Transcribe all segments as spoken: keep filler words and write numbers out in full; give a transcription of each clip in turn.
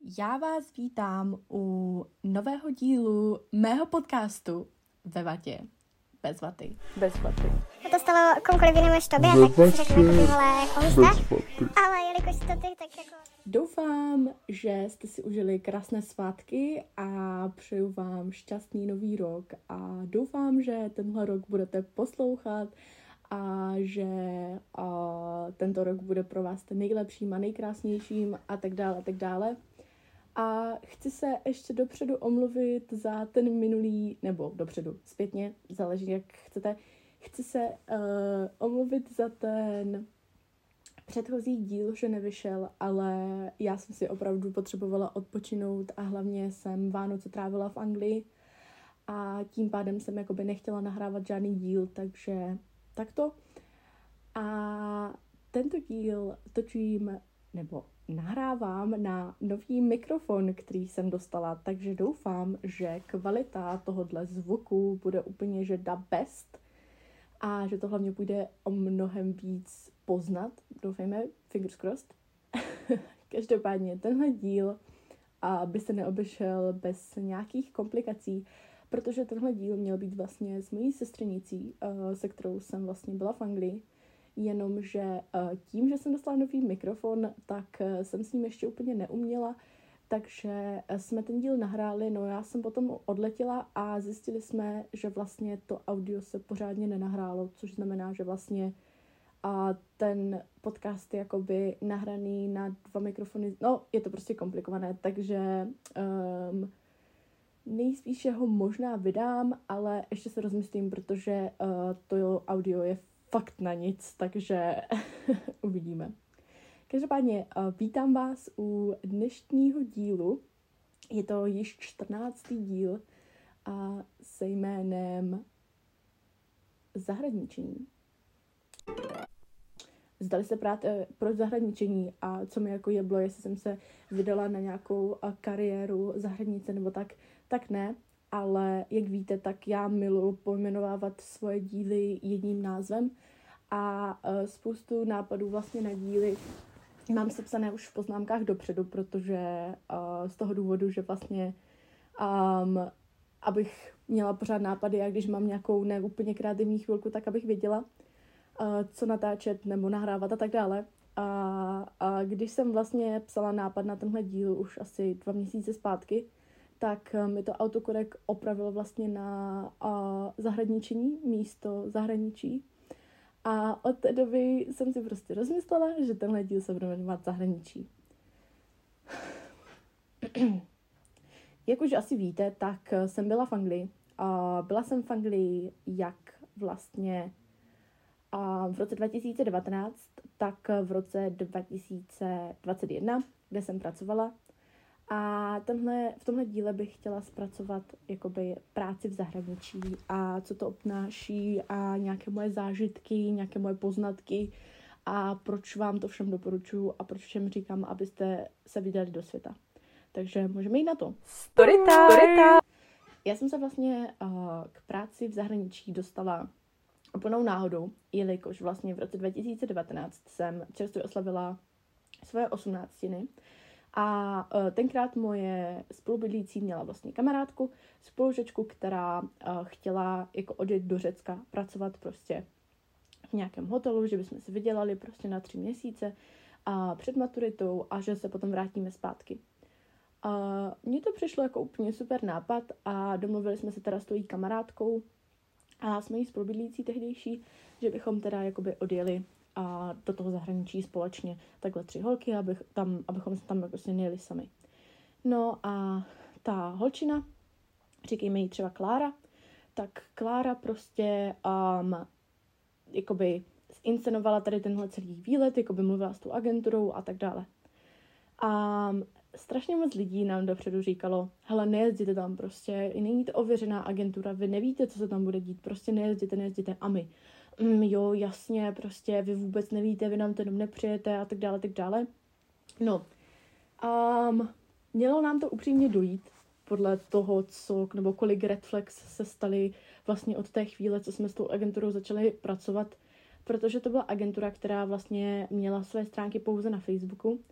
Já vás vítám u nového dílu mého podcastu Ve vatě. Bez vaty. Bez vaty. To to stalo komukoliv jinému než tobě, tak si řeknu, jako tyhle jako hustá. Ale jelikož to ty, tak jako... Doufám, že jste si užili krásné svátky a přeju vám šťastný nový rok a doufám, že tenhle rok budete poslouchat a že a, tento rok bude pro vás ten nejlepším a nejkrásnějším a tak dále a tak dále. A chci se ještě dopředu omluvit za ten minulý, nebo dopředu, zpětně, záleží jak chcete, chci se uh, omluvit za ten předchozí díl, že nevyšel, ale já jsem si opravdu potřebovala odpočinout a hlavně jsem Vánoce trávila v Anglii a tím pádem jsem jakoby nechtěla nahrávat žádný díl, takže takto. A tento díl točím, nebo nahrávám na nový mikrofon, který jsem dostala, takže doufám, že kvalita tohohle zvuku bude úplně, že the best a že to hlavně půjde o mnohem víc poznat. Doufejme, fingers crossed. Každopádně tenhle díl a by se neobešel bez nějakých komplikací, protože tenhle díl měl být vlastně s mojí sestřenicí, se kterou jsem vlastně byla v Anglii. Jenomže tím, že jsem dostala nový mikrofon, tak jsem s ním ještě úplně neuměla, takže jsme ten díl nahráli, no já jsem potom odletěla a zjistili jsme, že vlastně to audio se pořádně nenahrálo, což znamená, že vlastně a ten podcast je jakoby nahraný na dva mikrofony, no je to prostě komplikované, takže um, nejspíše ho možná vydám, ale ještě se rozmyslím, protože uh, to audio je fakt na nic, takže uvidíme. Každopádně uh, vítám vás u dnešního dílu. Je to již čtrnáctý díl a se jménem Zahradničení. Zdali se prát, eh, proč zahradničení a co mi jako jeblo, jestli jsem se vydala na nějakou uh, kariéru zahradnice nebo tak, tak ne. Ale jak víte, tak já miluji pojmenovávat svoje díly jedním názvem a uh, spoustu nápadů vlastně na díly mám sepsané už v poznámkách dopředu, protože uh, z toho důvodu, že vlastně um, abych měla pořád nápady a když mám nějakou neúplně kreativní chvilku, tak abych věděla, uh, co natáčet nebo nahrávat a tak dále. A, a když jsem vlastně psala nápad na tenhle díl už asi dva měsíce zpátky, tak mi to autokorek opravilo vlastně na uh, zahradničení místo zahraničí. A od té doby jsem si prostě rozmyslela, že tenhle díl se bude jmenovat Zahraničí. Jak už asi víte, tak jsem byla v Anglii. A byla jsem v Anglii jak vlastně a v roce dva tisíce devatenáct, tak v roce dva tisíce dvacet jedna, kde jsem pracovala. A tenhle, v tomhle díle bych chtěla zpracovat jakoby práci v zahraničí a co to obnáší a nějaké moje zážitky, nějaké moje poznatky a proč vám to všem doporučuji a proč všem říkám, abyste se vydali do světa. Takže můžeme jít na to. Story time! Já jsem se vlastně uh, k práci v zahraničí dostala úplnou náhodou, jelikož vlastně v roce dva tisíce devatenáct jsem čerstvě oslavila svoje osmnáctiny. A uh, tenkrát moje spolubydlící měla vlastně kamarádku, spolužečku, která uh, chtěla jako odjet do Řecka pracovat prostě v nějakém hotelu, že bychom se vydělali prostě na tři měsíce a před maturitou a že se potom vrátíme zpátky. Uh, mně to přišlo jako úplně super nápad a domluvili jsme se teda s tou jí kamarádkou a s mojí spolubydlící tehdejší, že bychom teda jakoby odjeli a do toho zahraničí společně. Takhle tři holky, abych tam, abychom se tam prostě nejeli sami. No a ta holčina, říkejme jí třeba Klára, tak Klára prostě um, jakoby zinscenovala tady tenhle celý výlet, jakoby mluvila s tou agenturou a tak dále. A um, strašně moc lidí nám dopředu říkalo, hele, nejezděte tam prostě, není to ověřená agentura, vy nevíte, co se tam bude dít, prostě nejezděte, nejezděte a my. Mm, jo, jasně, prostě vy vůbec nevíte, vy nám to jenom nepřijete a tak dále, tak dále. No, um, mělo nám to upřímně dojít podle toho, co, nebo kolik red flags se staly vlastně od té chvíle, co jsme s tou agenturou začali pracovat, protože to byla agentura, která vlastně měla své stránky pouze na Facebooku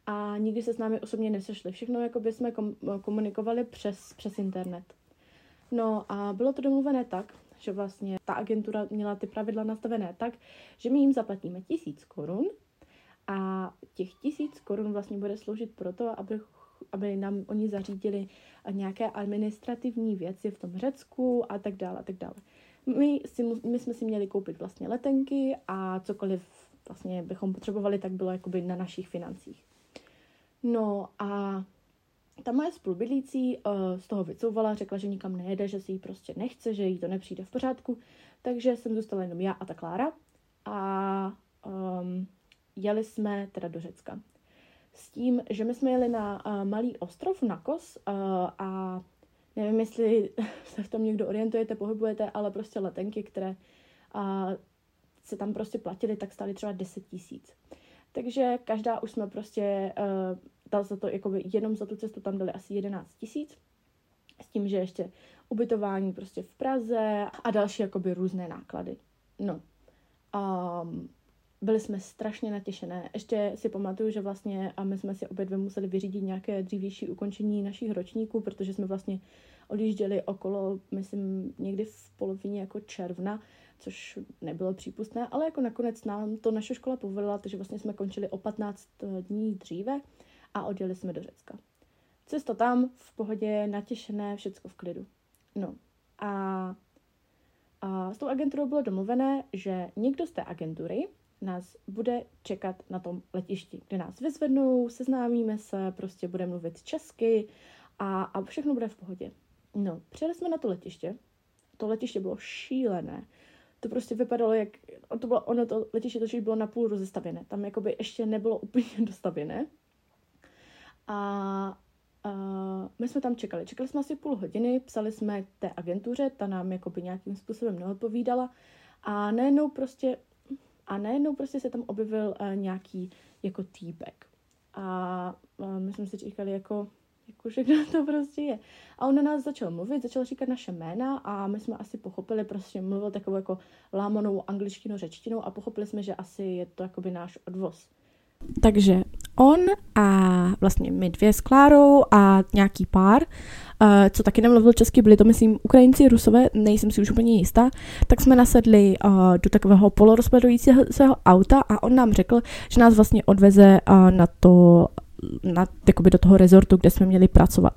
a nikdy se s námi osobně nesešli. Všechno jakoby jsme komunikovali přes, přes internet. No a bylo to domluvené tak, že vlastně ta agentura měla ty pravidla nastavené tak, že my jim zaplatíme tisíc korun a těch tisíc korun vlastně bude sloužit pro to, aby, aby nám oni zařídili nějaké administrativní věci v tom Řecku a tak dále a tak dále. My, si, my jsme si měli koupit vlastně letenky a cokoliv vlastně bychom potřebovali, tak bylo jakoby na našich financích. No a ta moje spolubydlící uh, z toho vycouvala, řekla, že nikam nejede, že si jí prostě nechce, že jí to nepřijde v pořádku, takže jsem zůstala jenom já a ta Klára a um, jeli jsme teda do Řecka. S tím, že my jsme jeli na uh, malý ostrov, na Kos uh, a nevím, jestli se v tom někdo orientujete, pohybujete, ale prostě letenky, které uh, se tam prostě platily, tak stály třeba deset tisíc. Takže každá už jsme prostě uh, dal za to, jakoby jenom za tu cestu tam dali asi jedenáct tisíc. S tím, že ještě ubytování prostě v Praze a další jakoby různé náklady. No. Um, byli jsme strašně natěšené. Ještě si pamatuju, že vlastně a my jsme si obě dvě museli vyřídit nějaké dřívější ukončení našich ročníků, protože jsme vlastně odjížděli okolo, myslím, někdy v polovině jako června, což nebylo přípustné, ale jako nakonec nám to naše škola povolila, takže vlastně jsme končili o patnáct dní dříve a odjeli jsme do Řecka. Cesta tam v pohodě, natěšené, všecko v klidu. No a, a s tou agenturou bylo domluvené, že někdo z té agentury nás bude čekat na tom letišti, kde nás vyzvednou, seznámíme se, prostě bude mluvit česky a, a všechno bude v pohodě. No, přijeli jsme na to letiště. To letiště bylo šílené. To prostě vypadalo jak, to bylo, ono to letiště totiž bylo napůl rozestavěné. Tam jakoby ještě nebylo úplně dostavěné. A uh, my jsme tam čekali. Čekali jsme asi půl hodiny, psali jsme té agentuře, ta nám jakoby nějakým způsobem neodpovídala. A najednou prostě, a najednou prostě se tam objevil uh, nějaký jako týpek. A uh, my jsme si říkali jako, jako, že kdo to prostě je. A on na nás začal mluvit, začal říkat naše jména a my jsme asi pochopili, prostě mluvil takovou jako lámanou angličtinou, řečtinou a pochopili jsme, že asi je to jakoby náš odvoz. Takže on a vlastně my dvě s Klárou a nějaký pár, uh, co taky nemluvil česky, byli to myslím Ukrajinci, Rusové, nejsem si už úplně jistá, tak jsme nasedli uh, do takového polorozpadujícího auta a on nám řekl, že nás vlastně odveze uh, na to, na, jakoby do toho rezortu, kde jsme měli pracovat.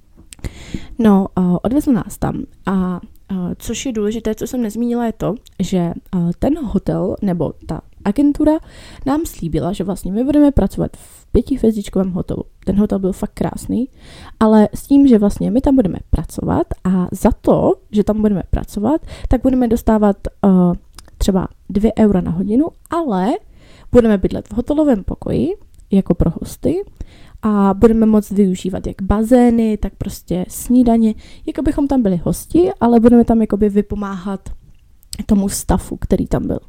No, uh, odvezl nás tam a uh, což je důležité, co jsem nezmínila, je to, že uh, ten hotel nebo ta agentura nám slíbila, že vlastně my budeme pracovat v pětihvězdičkovém hotelu. Ten hotel byl fakt krásný, ale s tím, že vlastně my tam budeme pracovat a za to, že tam budeme pracovat, tak budeme dostávat uh, třeba dvě eura na hodinu, ale budeme bydlet v hotelovém pokoji jako pro hosty a budeme moct využívat jak bazény, tak prostě snídaně, jako bychom tam byli hosti, ale budeme tam jakoby vypomáhat tomu stafu, který tam byl.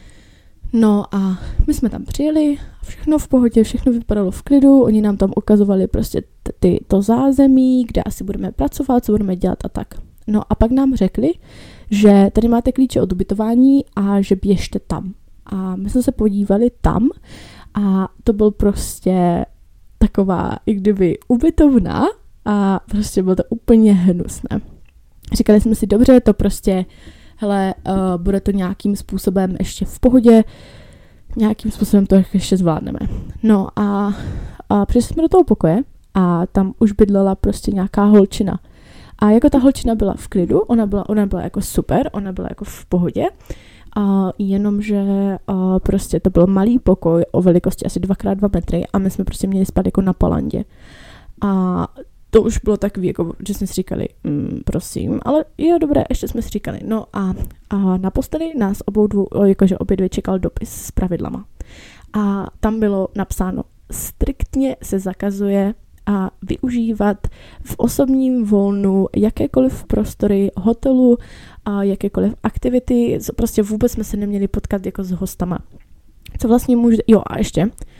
No a my jsme tam přijeli, všechno v pohodě, všechno vypadalo v klidu, oni nám tam ukazovali prostě t- ty, to zázemí, kde asi budeme pracovat, co budeme dělat a tak. No a pak nám řekli, že tady máte klíče od ubytování a že běžte tam. A my jsme se podívali tam a to byl prostě taková, i kdyby ubytovna a prostě bylo to úplně hnusné. Říkali jsme si, dobře, to prostě hele, uh, bude to nějakým způsobem ještě v pohodě, nějakým způsobem to ještě zvládneme. No a, a přišli jsme do toho pokoje a tam už bydlela prostě nějaká holčina. A jako ta holčina byla v klidu, ona byla, ona byla jako super, ona byla jako v pohodě, a jenomže a prostě to byl malý pokoj o velikosti asi dva krát dva metry a my jsme prostě měli spát jako na palandě. A to už bylo takový, jako, že jsme si říkali, mm, prosím, ale jo, dobré, ještě jsme si říkali. No a, a na posteli nás obou dvou, jakože obě dvě čekal dopis s pravidlama. A tam bylo napsáno, striktně se zakazuje a využívat v osobním volnu jakékoliv prostory hotelu a jakékoliv aktivity, prostě vůbec jsme se neměli potkat jako s hostama. Co vlastně může, jo a ještě,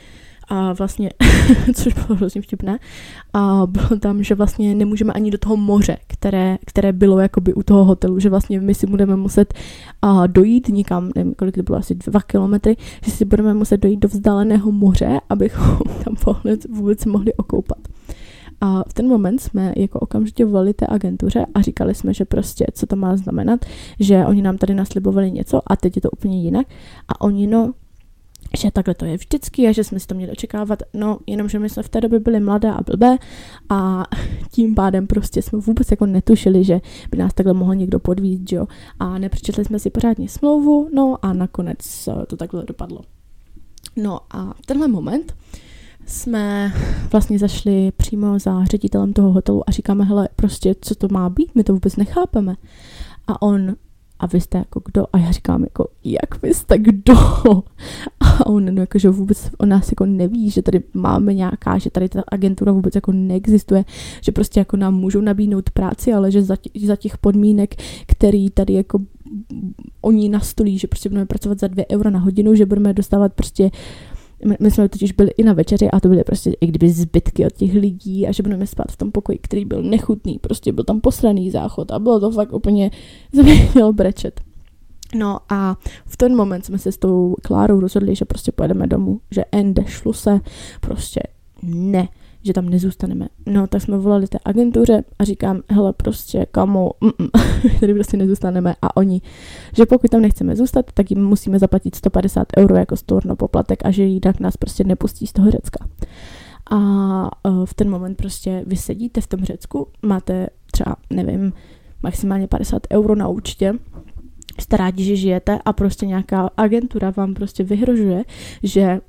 a vlastně, což bylo hrozně vtipné, a bylo tam, že vlastně nemůžeme ani do toho moře, které, které bylo jakoby u toho hotelu, že vlastně my si budeme muset a, dojít někam, nevím, kolik to bylo, asi dva kilometry, že si budeme muset dojít do vzdáleného moře, abychom tam vůbec mohli okoupat. A v ten moment jsme jako okamžitě volali té agentuře a říkali jsme, že prostě, co to má znamenat, že oni nám tady naslibovali něco a teď je to úplně jinak. A oni, no, že takhle to je vždycky a že jsme si to měli očekávat, no, jenomže my jsme v té době byli mladé a blbé a tím pádem prostě jsme vůbec jako netušili, že by nás takhle mohl někdo podvízt, jo. A nepřečetli jsme si pořádně smlouvu, no a nakonec to takhle dopadlo. No a v tenhle moment jsme vlastně zašli přímo za ředitelem toho hotelu a říkáme, hele, prostě, co to má být, my to vůbec nechápeme. A on, a vy jste jako kdo? A já říkám, jako, jak vy jste kdo? A on, no, jako, že vůbec o nás jako neví, že tady máme nějaká, že tady ta agentura vůbec jako neexistuje, že prostě jako nám můžou nabídnout práci, ale že za, tě, za těch podmínek, který tady jako oni nastolí, že prostě budeme pracovat za dvě eura na hodinu, že budeme dostávat prostě. My jsme totiž byli i na večeři a to byly prostě i kdyby zbytky od těch lidí a že budeme spát v tom pokoji, který byl nechutný, prostě byl tam posraný záchod a bylo to fakt úplně, měl brečet. No a v ten moment jsme se s tou Klárou rozhodli, že prostě pojedeme domů, že ende šlu se, prostě ne, že tam nezůstaneme. No tak jsme volali té agentuře a říkám, hele prostě kamo, tady prostě nezůstaneme a oni, že pokud tam nechceme zůstat, tak jim musíme zaplatit sto padesát euro jako storno poplatek a že jinak nás prostě nepustí z toho Řecka. A v ten moment prostě vy sedíte v tom Řecku, máte třeba, nevím, maximálně padesát euro na účtě, jste rádi, že žijete a prostě nějaká agentura vám prostě vyhrožuje, že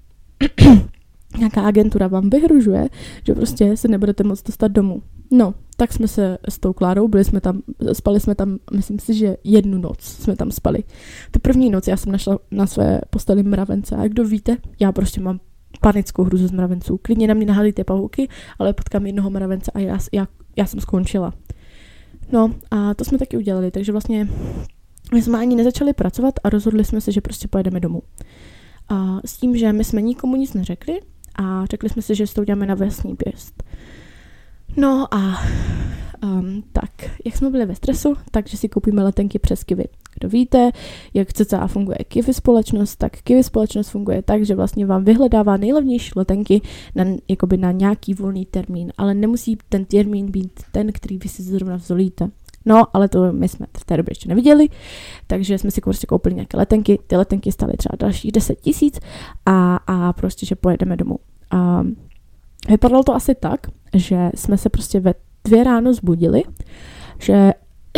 nějaká agentura vám vyhrožuje, že prostě se nebudete moct dostat domů. No, tak jsme se s tou Klárou, byli jsme tam, spali jsme tam, myslím si, že jednu noc jsme tam spali. Tu první noc já jsem našla na své posteli mravence a kdo víte, já prostě mám panickou hruzu z mravenců. Klidně na mě nahádejte pavouky, ale potkám jednoho mravence a já, já, já jsem skončila. No a to jsme taky udělali, takže vlastně my jsme ani nezačali pracovat a rozhodli jsme se, že prostě pojedeme domů. A s tím, že my jsme nikomu nic neřekli a řekli jsme si, že s tou děláme na vlastní pěst. No a um, tak, jak jsme byli ve stresu, takže si koupíme letenky přes Kiwi. Kdo víte, jak cca funguje Kiwi společnost, tak Kiwi společnost funguje tak, že vlastně vám vyhledává nejlevnější letenky na, jakoby na nějaký volný termín, ale nemusí ten termín být ten, který vy si zrovna vzolíte. No, ale to my jsme v té době ještě neviděli, takže jsme si prostě koupili nějaké letenky, ty letenky stály třeba dalších deset tisíc a, a prostě, že pojedeme domů. A vypadalo to asi tak, že jsme se prostě ve dvě ráno zbudili, že,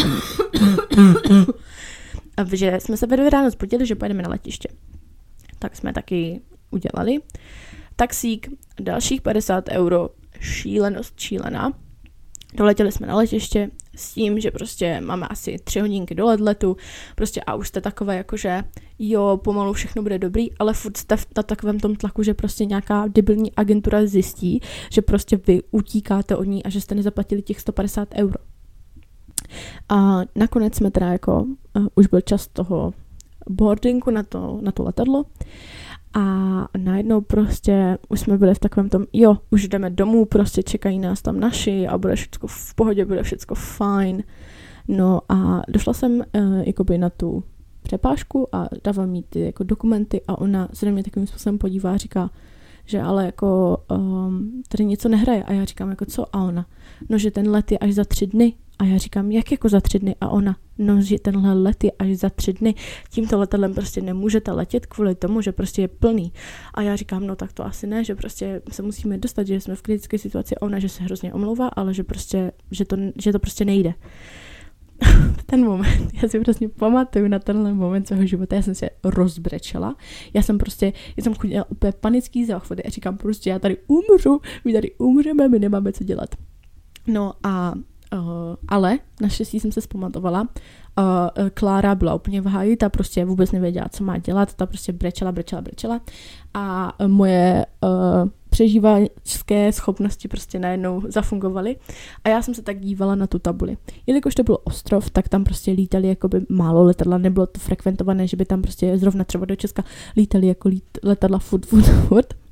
že jsme se ve dvě ráno zbudili, že pojedeme na letiště. Tak jsme taky udělali. Taxík, dalších padesát euro, šílenost šílená. Doletěli jsme na letiště s tím, že prostě máme asi tři hodinky do letu, prostě a už jste takové jakože jo, pomalu všechno bude dobrý, ale furt jste na takovém tom tlaku, že prostě nějaká debilní agentura zjistí, že prostě vy utíkáte od ní a že jste nezaplatili těch sto padesát euro. A nakonec jsme teda jako, uh, už byl čas toho boardingu na to, na to letadlo a najednou prostě už jsme byli v takovém tom, jo, už jdeme domů, prostě čekají nás tam naši a bude všecko v pohodě, bude všecko fajn. No a došla jsem uh, jakoby na tu přepážku a dávám jí ty jako dokumenty a ona se na mě takovým způsobem podívá a říká, že ale jako um, tady něco nehraje a já říkám jako co a ona, no že ten let je až za tři dny a já říkám jak jako za tři dny a ona, no že tenhle let je až za tři dny, tímto letadlem prostě nemůžete letět kvůli tomu, že prostě je plný a já říkám no tak to asi ne, že prostě se musíme dostat, že jsme v kritické situaci a ona, že se hrozně omlouvá, ale že prostě, že to, že to prostě nejde. V ten moment, já si prostě pamatuju na tenhle moment svého života, já jsem se rozbrečela, já jsem prostě, já jsem chodila úplně panický záchvody a říkám prostě, já tady umřu, my tady umřeme, my nemáme co dělat. No a, uh, ale naštěstí jsem se zpamatovala, uh, Klára byla úplně v háji, ta prostě vůbec nevěděla, co má dělat, ta prostě brečela, brečela, brečela a moje uh, přežívačské schopnosti prostě najednou zafungovaly a já jsem se tak dívala na tu tabuli. Jelikož to byl ostrov, tak tam prostě lítali jakoby málo letadla, nebylo to frekventované, že by tam prostě zrovna třeba do Česka lítali jako lít, letadla furt, furt, furt.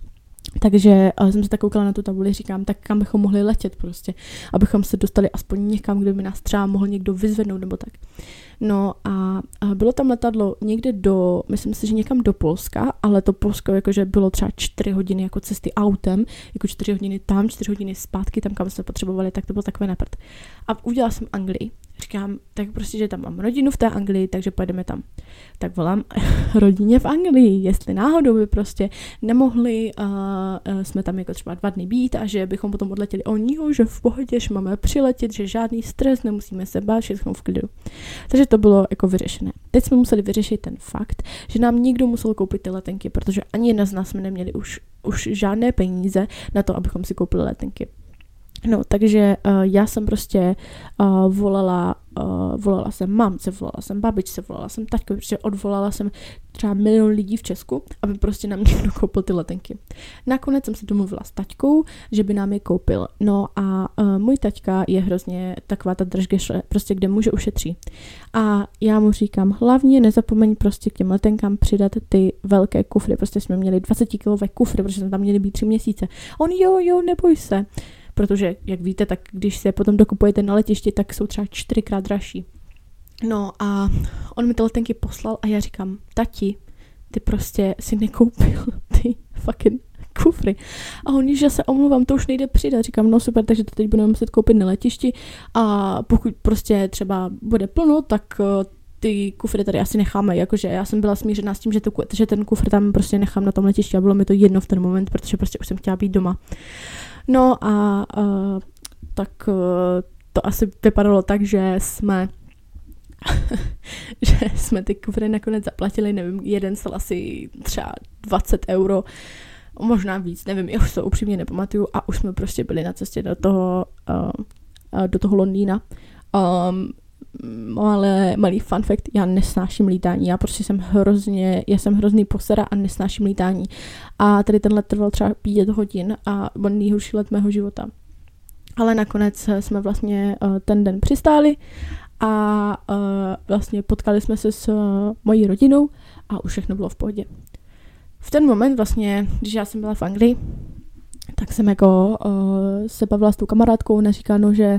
Takže jsem se tak koukala na tu tabuli, říkám, tak kam bychom mohli letět prostě, abychom se dostali aspoň někam, kde by nás třeba mohl někdo vyzvednout nebo tak. No a, a bylo tam letadlo někde do, myslím si, že někam do Polska, ale to Polsko jakože bylo třeba čtyři hodiny jako cesty autem, jako čtyři hodiny tam, čtyři hodiny zpátky, tam kam jsme potřebovali, tak to bylo takové naprt. A udělala jsem Anglii. Říkám, tak prostě, že tam mám rodinu v té Anglii, takže pojedeme tam. Tak volám rodině v Anglii, jestli náhodou by prostě nemohli, uh, uh, jsme tam jako třeba dva dny být a že bychom potom odletěli. Oni, jo, že v pohodě, že máme přiletět, že žádný stres, nemusíme se bát, všechno v klidu. Takže to bylo jako vyřešené. Teď jsme museli vyřešit ten fakt, že nám někdo musel koupit ty letenky, protože ani jedna z nás jsme neměli už, už žádné peníze na to, abychom si koupili letenky. No, takže uh, já jsem prostě uh, volala, uh, volala jsem mamce, volala jsem babičce, volala jsem taťkovi, protože odvolala jsem třeba milion lidí v Česku, aby prostě nám někdo koupil ty letenky. Nakonec jsem se domluvila s taťkou, že by nám je koupil. No a uh, můj taťka je hrozně taková ta držgešle, prostě kde muže ušetří. A já mu říkám, hlavně nezapomeň prostě k těm letenkám přidat ty velké kufry, prostě jsme měli dvacetikilové kufry, protože jsme tam měli být tři měsíce. On jo, jo, neboj se. Protože, jak víte, tak když se potom dokupujete na letišti, tak jsou třeba čtyřikrát dražší. No a on mi ty letenky poslal a já říkám, tati, ty prostě si nekoupil ty fucking kufry. A on, že se omluvám, to už nejde přidat. Říkám, no super, takže to teď budeme muset koupit na letišti a pokud prostě třeba bude plno, tak ty kufry tady asi necháme, jakože já jsem byla smířená s tím, že, to, že ten kufr tam prostě nechám na tom letišti a bylo mi to jedno v ten moment, protože prostě už jsem chtěla být doma. No a uh, tak uh, to asi vypadalo tak, že jsme že jsme ty kufry nakonec zaplatili, nevím, jeden stal asi třeba dvacet euro, možná víc, nevím, já už to upřímně nepamatuju a už jsme prostě byli na cestě do toho, uh, do toho Londýna. Um, ale malý fun fact, já nesnáším lítání, já prostě jsem hrozně, já jsem hrozný posera a nesnáším lítání. A tady ten let trval třeba pět hodin a byl nejhorší let mého života. Ale nakonec jsme vlastně uh, ten den přistáli a uh, vlastně potkali jsme se s uh, mojí rodinou a už všechno bylo v pohodě. V ten moment vlastně, když já jsem byla v Anglii, tak jsem jako uh, se bavila s tou kamarádkou, ona říká, no, že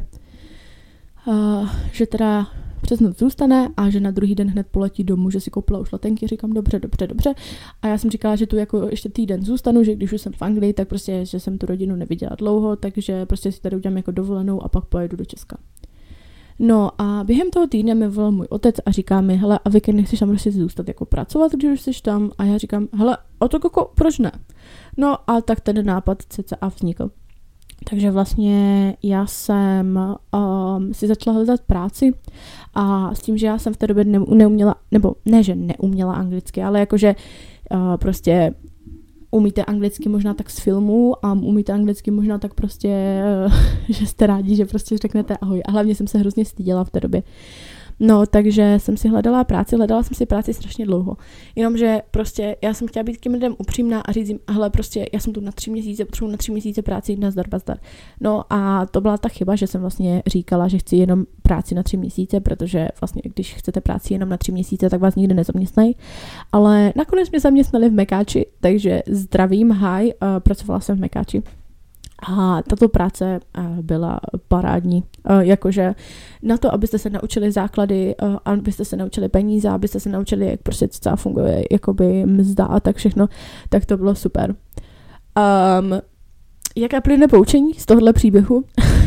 Uh, že teda přes noc zůstane a že na druhý den hned poletí domů, že si koupila už letenky, říkám dobře, dobře, dobře. A já jsem říkala, že tu jako ještě týden zůstanu, že když už jsem v Anglii, tak prostě, že jsem tu rodinu neviděla dlouho, takže prostě si tady udělám jako dovolenou a pak pojedu do Česka. No a během toho týdne mi volal můj otec a říká mi, hele, a víkend nechceš tam prostě zůstat jako pracovat, když už jsi tam? A já říkám, hele, a to jako, proč ne? No a tak ten nápad cca vznikl. Takže vlastně já jsem um, si začala hledat práci a s tím, že já jsem v té době neuměla, nebo ne, že neuměla anglicky, ale jakože uh, prostě umíte anglicky možná tak z filmu a umíte anglicky možná tak prostě, uh, že jste rádi, že prostě řeknete ahoj. A hlavně jsem se hrozně styděla v té době. No, takže jsem si hledala práci, hledala jsem si práci strašně dlouho. Jenomže prostě já jsem chtěla být k těm lidem upřímná a říct jim, hele, prostě já jsem tu na tři měsíce, potřebuji na tři měsíce práci, nazdar, bazdar. No a to byla ta chyba, že jsem vlastně říkala, že chci jenom práci na tři měsíce, protože vlastně když chcete práci jenom na tři měsíce, tak vás nikdy nezaměstnají. Ale nakonec mě zaměstnali v Mekáči, takže zdravím, hi, uh, pracovala jsem v Mekáči. A tato práce byla parádní, jakože na to, abyste se naučili základy, abyste se naučili peníze, abyste se naučili, jak prostě celá funguje jakoby mzda a tak všechno, tak to bylo super. Um, jaké plyne poučení z tohohle příběhu?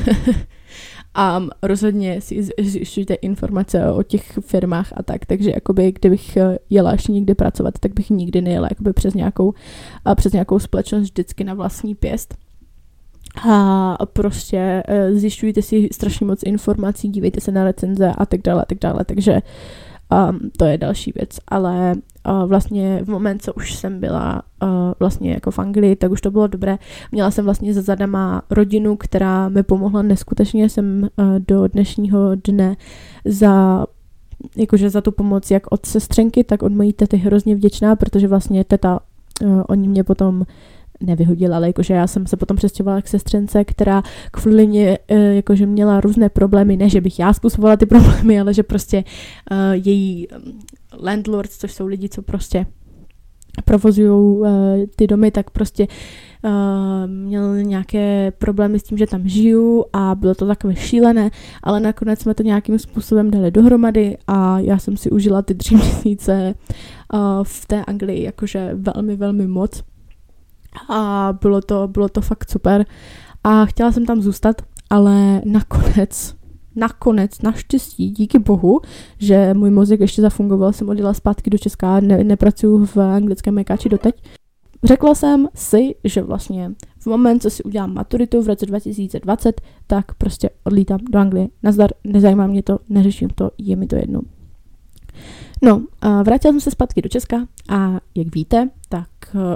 A rozhodně si zjišťujte informace o těch firmách a tak, takže jakoby, kdybych jela ještě někdy pracovat, tak bych nikdy nejela jakoby přes nějakou, přes nějakou společnost vždycky na vlastní pěst. A prostě zjišťujte si strašně moc informací, dívejte se na recenze a tak dále, a tak dále, takže um, to je další věc, ale uh, vlastně v moment, co už jsem byla uh, vlastně jako v Anglii, tak už to bylo dobré. Měla jsem vlastně za zadama rodinu, která mi pomohla neskutečně, jsem uh, do dnešního dne za jakože za tu pomoc jak od sestřenky, tak od mojí tety hrozně vděčná, protože vlastně teta, uh, oni mě potom nevyhodila, ale jakože já jsem se potom přestěhovala k sestřence, která kvůli mě jakože měla různé problémy, ne, že bych já způsobovala ty problémy, ale že prostě uh, její landlords, což jsou lidi, co prostě provozují uh, ty domy, tak prostě uh, měl nějaké problémy s tím, že tam žiju a bylo to takové šílené, ale nakonec jsme to nějakým způsobem dali dohromady a já jsem si užila ty tři měsíce uh, v té Anglii jakože velmi, velmi moc a bylo to, bylo to fakt super a chtěla jsem tam zůstat, ale nakonec Nakonec, naštěstí, díky bohu, že můj mozek ještě zafungoval, jsem odjela zpátky do Česka, ne, nepracuju v anglickém mékači doteď. Řekla jsem si, že vlastně v moment, co si udělám maturitu v roce dva tisíce dvacet, tak prostě odlítám do Anglie. Nazdar, nezajímá mě to, neřeším to, je mi to jedno. No, a vrátila jsem se zpátky do Česka a jak víte, tak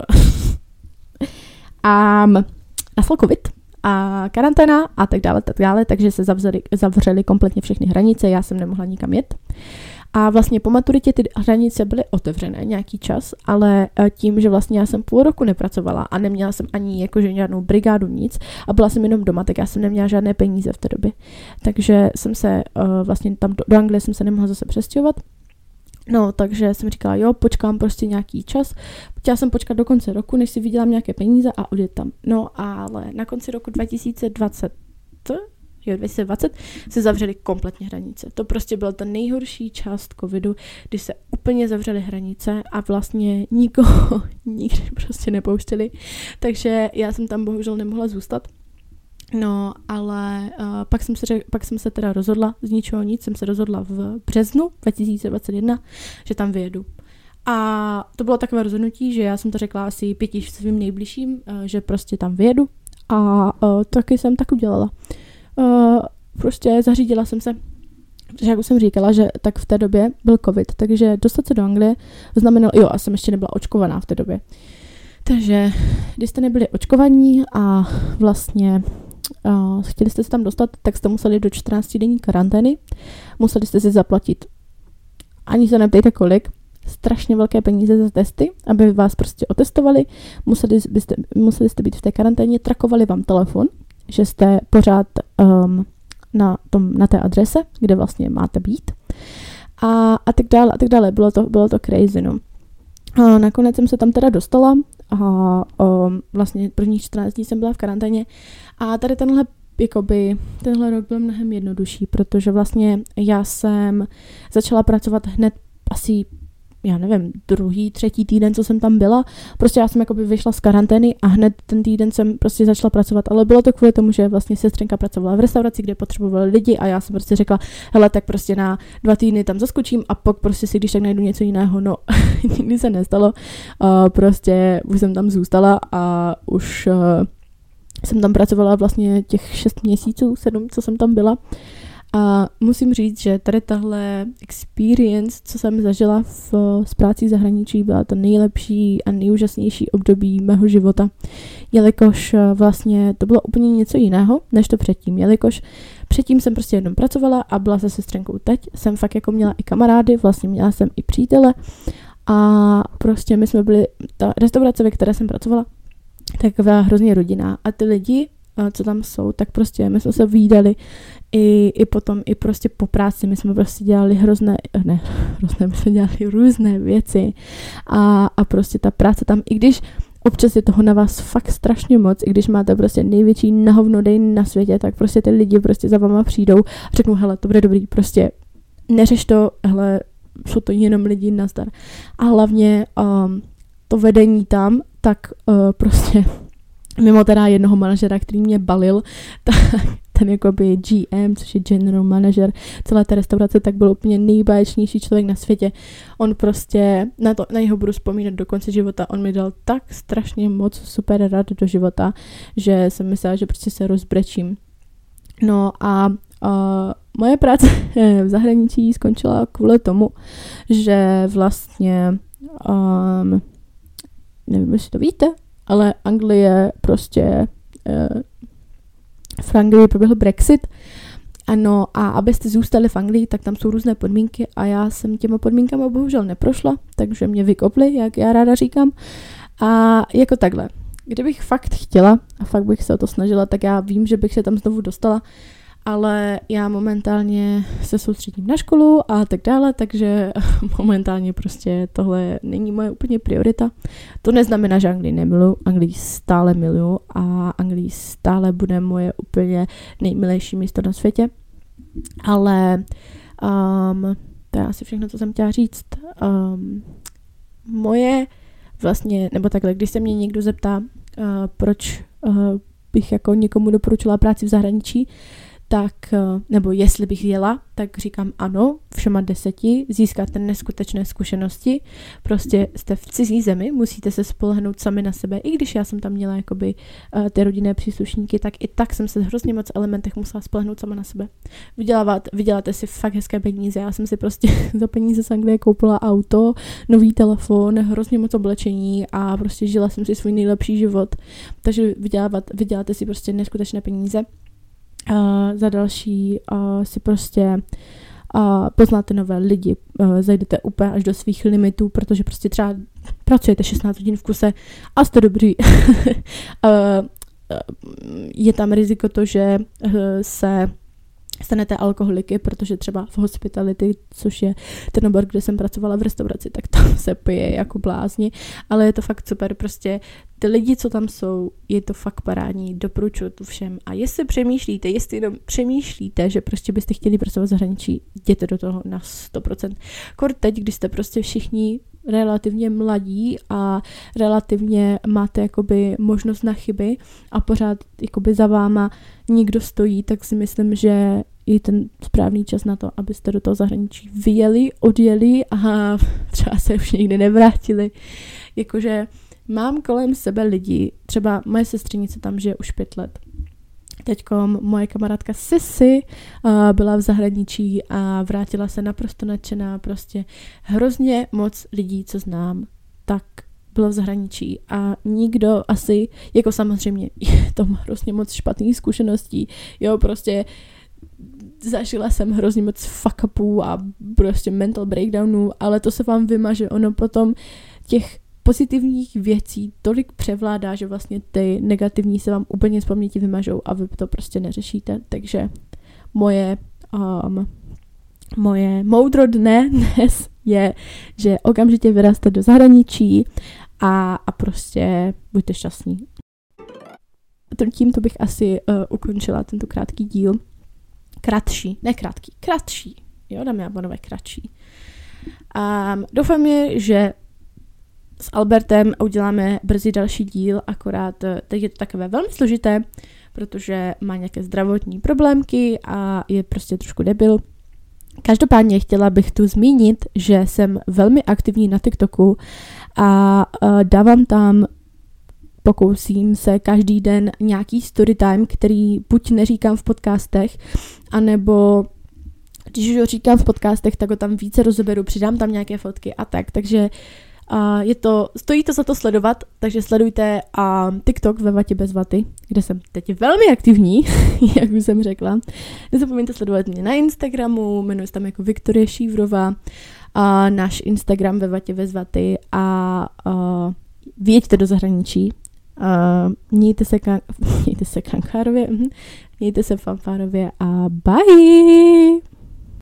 a nastal covid a karanténa a tak dále, tak dále, takže se zavřeli, zavřeli kompletně všechny hranice, já jsem nemohla nikam jet. A vlastně po maturitě ty hranice byly otevřené nějaký čas, ale tím, že vlastně já jsem půl roku nepracovala a neměla jsem ani jakože žádnou brigádu, nic a byla jsem jenom doma, tak já jsem neměla žádné peníze v té době. Takže jsem se uh, vlastně tam do, do Anglie jsem se nemohla zase přestěhovat. No, takže jsem říkala, jo, počkám prostě nějaký čas. Chtěla jsem počkat do konce roku, než si vydělám nějaké peníze a odjet tam. No, ale na konci roku dva tisíce dvacet, jo, dva tisíce dvacet se zavřely kompletně hranice. To prostě byla ta nejhorší část covidu, kdy se úplně zavřely hranice a vlastně nikoho nikdy prostě nepouštěli. Takže já jsem tam bohužel nemohla zůstat. No, ale uh, pak, jsem se, pak jsem se teda rozhodla, z ničeho nic, jsem se rozhodla v březnu dva tisíce dvacet jedna, že tam vyjedu. A to bylo takové rozhodnutí, že já jsem to řekla asi pěti svým nejbližším, uh, že prostě tam vyjedu a uh, taky jsem tak udělala. Uh, prostě zařídila jsem se, že jak už jsem říkala, že tak v té době byl covid, takže dostat se do Anglie znamenalo, jo, a jsem ještě nebyla očkovaná v té době. Takže když jste nebyli očkovaní a vlastně uh, chtěli jste se tam dostat, tak jste museli do čtrnáctidenní karantény. Museli jste si zaplatit, ani se neptejte kolik, strašně velké peníze za testy, aby vás prostě otestovali. Museli byste, museli jste být v té karanténě, trakovali vám telefon, že jste pořád um, na, tom, na té adrese, kde vlastně máte být. A, a tak dále, a tak dále. Bylo to, bylo to crazy, no. A nakonec jsem se tam teda dostala a um, vlastně prvních čtrnáct dní jsem byla v karanténě a tady tenhle, jakoby, tenhle rok byl mnohem jednodušší, protože vlastně já jsem začala pracovat hned asi, já nevím, druhý, třetí týden, co jsem tam byla. Prostě já jsem jakoby vyšla z karantény a hned ten týden jsem prostě začala pracovat, ale bylo to kvůli tomu, že vlastně sestřenka pracovala v restauraci, kde potřebovali lidi a já jsem prostě řekla, hele, tak prostě na dva týdny tam zaskočím a pak prostě si když tak najdu něco jiného. No, nikdy se nestalo. Uh, prostě už jsem tam zůstala a už uh, jsem tam pracovala vlastně těch šest měsíců, sedm, co jsem tam byla. A musím říct, že tady tahle experience, co jsem zažila v, s práci v zahraničí, byla to nejlepší a nejúžasnější období mého života, jelikož vlastně to bylo úplně něco jiného, než to předtím, jelikož předtím jsem prostě jenom pracovala a byla se sestřenkou. Teď jsem fakt jako měla i kamarády, vlastně měla jsem i přítele a prostě my jsme byli, ta restaurace, ve které jsem pracovala, taková hrozně rodinná a ty lidi, co tam jsou, tak prostě my jsme se vídali i, i potom, i prostě po práci, my jsme prostě dělali hrozné, ne, hrozné, my jsme dělali různé věci a, a prostě ta práce tam, i když občas je toho na vás fakt strašně moc, i když máte prostě největší nahovnodej na světě, tak prostě ty lidi prostě za váma přijdou a řeknou, hele, to bude dobrý, prostě neřeš to, hele, jsou to jenom lidi, nazdar. A hlavně um, to vedení tam, tak uh, prostě mimo teda jednoho manažera, který mě balil, tak ten jakoby G M, což je general manager celé té restaurace, tak byl úplně nejbáječnější člověk na světě. On prostě, na, to, na něho budu vzpomínat do konce života, on mi dal tak strašně moc super rad do života, že jsem myslela, že prostě se rozbrečím. No a uh, moje práce v zahraničí skončila kvůli tomu, že vlastně, um, nevím, jestli to víte, ale Anglie prostě, uh, v Anglii proběhl Brexit, ano, a abyste zůstali v Anglii, tak tam jsou různé podmínky a já jsem těma podmínkama bohužel neprošla, takže mě vykopli, jak já ráda říkám. A jako takhle, kdybych fakt chtěla a fakt bych se o to snažila, tak já vím, že bych se tam znovu dostala, ale já momentálně se soustředím na školu a tak dále, takže momentálně prostě tohle není moje úplně priorita. To neznamená, že Anglii nemiluju, Anglii stále miluju a Anglii stále bude moje úplně nejmilejší místo na světě, ale um, to je asi všechno, co jsem chtěla říct. Um, moje vlastně, nebo takhle, když se mě někdo zeptá, uh, proč uh, bych jako někomu doporučila práci v zahraničí, tak, nebo jestli bych jela, tak říkám ano, všema deseti, získáte neskutečné zkušenosti, prostě jste v cizí zemi, musíte se spolehnout sami na sebe, i když já jsem tam měla jakoby uh, ty rodinné příslušníky, tak i tak jsem se hrozně moc elementech musela spolehnout sama na sebe. Vydělávat, vyděláte si fakt hezké peníze, já jsem si prostě za peníze z Anglie koupila auto, nový telefon, hrozně moc oblečení a prostě žila jsem si svůj nejlepší život, takže vydělávat, vyděláte si prostě neskutečné peníze. Uh, za další uh, si prostě uh, poznáte nové lidi, uh, zajdete úplně až do svých limitů, protože prostě třeba pracujete šestnáct hodin v kuse a jste dobří. uh, uh, je tam riziko to, že uh, se stanete alkoholiky, protože třeba v hospitality, což je ten obor, kde jsem pracovala v restauraci, tak tam se pije jako blázni, ale je to fakt super, prostě ty lidi, co tam jsou, je to fakt parádní, doporučuji to všem. A jestli přemýšlíte, jestli jenom přemýšlíte, že prostě byste chtěli pracovat v zahraničí, jděte do toho na sto procent. Kor teď, když jste prostě všichni relativně mladí a relativně máte jakoby možnost na chyby a pořád jakoby za váma nikdo stojí, tak si myslím, že je ten správný čas na to, abyste do toho zahraničí vyjeli, odjeli a třeba se už nikdy nevrátili. Jakože mám kolem sebe lidi, třeba moje sestřenice tam žije už pět let. Teďkom moje kamarádka Sisi uh, byla v zahraničí a vrátila se naprosto nadšená, prostě hrozně moc lidí, co znám, tak bylo v zahraničí a nikdo asi, jako samozřejmě, je to hrozně moc špatných zkušeností, jo, prostě zažila jsem hrozně moc fuck upů a prostě mental breakdownů, ale to se vám vymaže, ono potom těch pozitivních věcí tolik převládá, že vlastně ty negativní se vám úplně z paměti vymažou a vy to prostě neřešíte. Takže moje, um, moje moudro dne dnes je, že okamžitě vyraste do zahraničí a, a prostě buďte šťastní. Tímto bych asi uh, ukončila tento krátký díl. Kratší, ne krátký, kratší. Jo, dámy a pánové, kratší. Um, doufám je, že s Albertem uděláme brzy další díl, akorát teď je to takové velmi složité, protože má nějaké zdravotní problémky a je prostě trošku debil. Každopádně chtěla bych tu zmínit, že jsem velmi aktivní na TikToku a uh, dávám tam, pokusím se každý den nějaký storytime, který buď neříkám v podcastech, anebo když ho říkám v podcastech, tak ho tam více rozeberu, přidám tam nějaké fotky a tak, takže Uh, je to, stojí to za to sledovat, takže sledujte uh, TikTok ve Vatě bez vaty, kde jsem teď velmi aktivní, jak už jsem řekla. Nezapomeňte sledovat mě na Instagramu, jmenuji se tam jako Viktorie Šívrová, uh, náš Instagram ve Vatě bez vaty a uh, vyjeďte do zahraničí. Uh, mějte se, kan- mějte se kankárově, mějte se fanfárově a bye!